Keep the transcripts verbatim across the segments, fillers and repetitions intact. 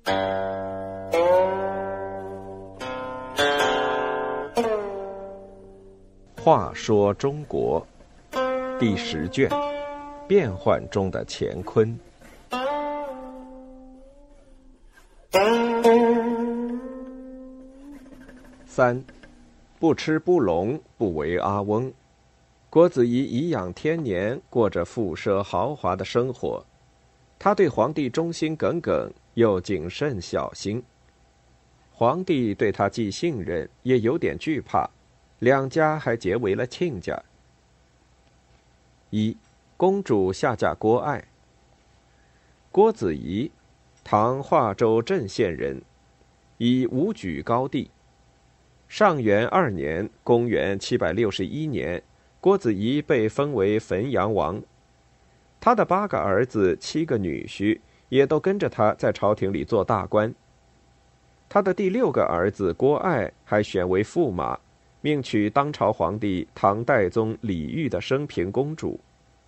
话说中国第十卷，变幻中的乾坤。三，不吃不聋，不为阿翁。郭子仪颐养天年，过着富奢豪华的生活。他对皇帝忠心耿耿，又谨慎小心。皇帝对他既信任，也有点惧怕，两家还结为了亲家。一，公主下嫁郭爱。郭子仪，唐华州镇县人，以武举高第。上元二年，公元七百六十一年，郭子仪被封为汾阳王。他的八个儿子、七个女婿也都跟着他在朝廷里做大官。他的第六个儿子郭爱还选为驸马，命娶当朝皇帝唐代宗李煜的升平公主。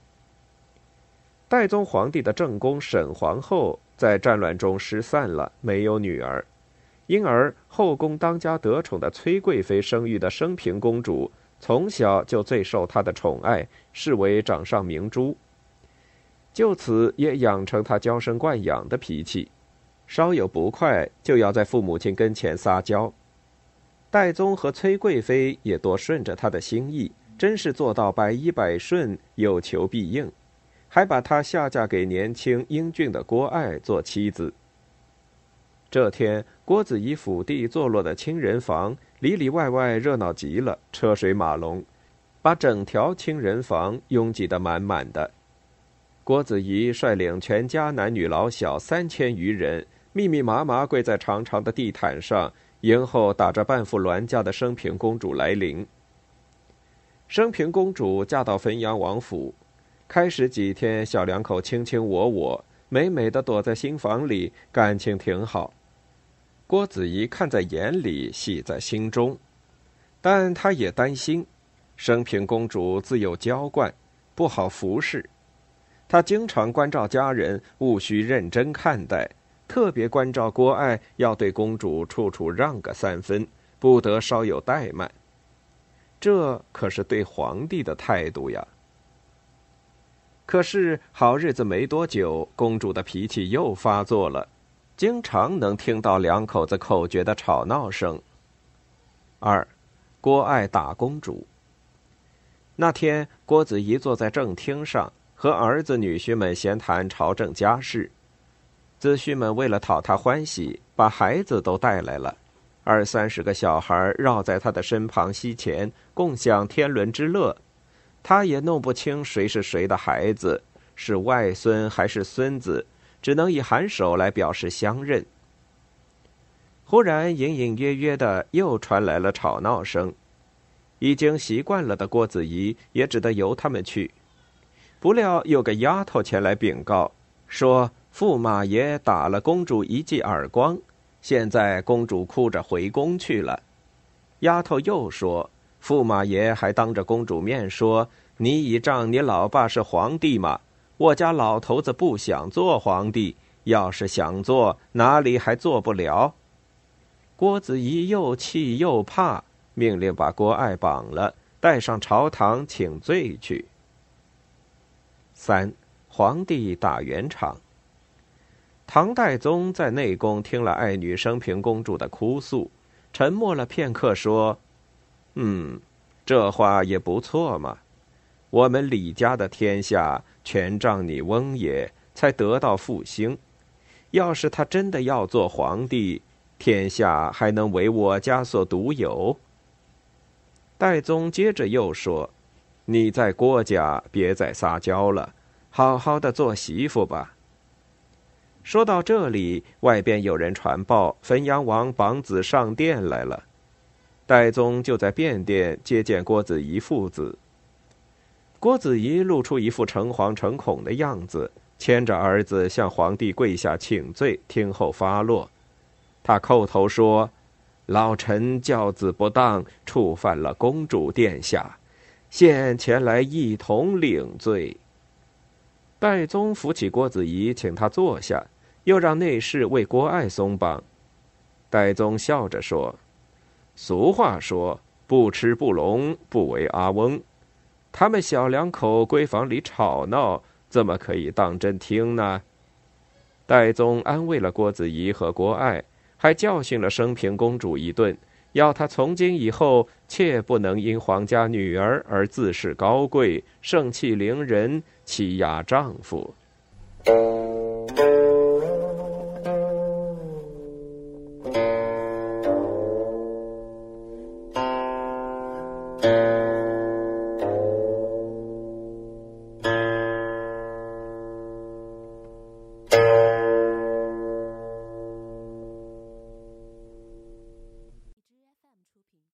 代宗皇帝的正宫沈皇后在战乱中失散了，没有女儿，因而后宫当家得宠的崔贵妃生育的升平公主，从小就最受她的宠爱，视为掌上明珠，就此也养成她娇生惯养的脾气，稍有不快就要在父母亲跟前撒娇。代宗和崔贵妃也多顺着她的心意，真是做到百依百顺，有求必应，还把她下嫁给年轻英俊的郭爱做妻子。这天，郭子仪府地坐落的清人房里里外外热闹极了，车水马龙，把整条清人房拥挤得满满的。郭子仪率领全家男女老小三千余人，密密麻麻跪在长长的地毯上，迎候打着半副銮驾的升平公主来临。升平公主嫁到汾阳王府，开始几天小两口卿卿我我，美美的躲在新房里，感情挺好。郭子仪看在眼里，喜在心中，但他也担心升平公主自幼娇惯，不好服侍。他经常关照家人务须认真看待，特别关照郭爱要对公主处处让个三分，不得稍有怠慢。这可是对皇帝的态度呀。可是好日子没多久，公主的脾气又发作了，经常能听到两口子口角的吵闹声。二，郭爱打公主。那天，郭子仪坐在正厅上，和儿子女婿们闲谈朝政家事。子婿们为了讨他欢喜，把孩子都带来了，二三十个小孩绕在他的身旁膝前，共享天伦之乐。他也弄不清谁是谁的孩子，是外孙还是孙子，只能以颔首来表示相认。忽然隐隐约约的又传来了吵闹声，已经习惯了的郭子仪也只得由他们去。不料有个丫头前来禀告，说驸马爷打了公主一记耳光，现在公主哭着回宫去了。丫头又说，驸马爷还当着公主面说，你倚仗你老爸是皇帝嘛，我家老头子不想做皇帝，要是想做，哪里还做不了。郭子仪又气又怕，命令把郭爱绑了，带上朝堂请罪去。三，皇帝打圆场。唐代宗在内宫听了爱女升平公主的哭诉，沉默了片刻，说：嗯，这话也不错嘛。我们李家的天下全仗你翁爷才得到复兴，要是他真的要做皇帝，天下还能为我家所独有？代宗接着又说，你在郭家别再撒娇了，好好的做媳妇吧。说到这里，外边有人传报汾阳王绑子上殿来了。代宗就在便殿接见郭子仪父子。郭子仪露出一副诚惶诚恐的样子，牵着儿子向皇帝跪下请罪，听候发落。他叩头说，老臣教子不当，触犯了公主殿下，现前来一同领罪。代宗扶起郭子仪，请他坐下， 又让内侍为郭爱松绑。代宗笑着说：“俗话说，不吃不聋，不为阿翁。他们小两口闺房里吵闹，怎么可以当真听呢？”代宗安慰了郭子仪和郭爱，还教训了升平公主一顿，要她从今以后切不能因皇家女儿而自视高贵，盛气凌人，欺压丈夫。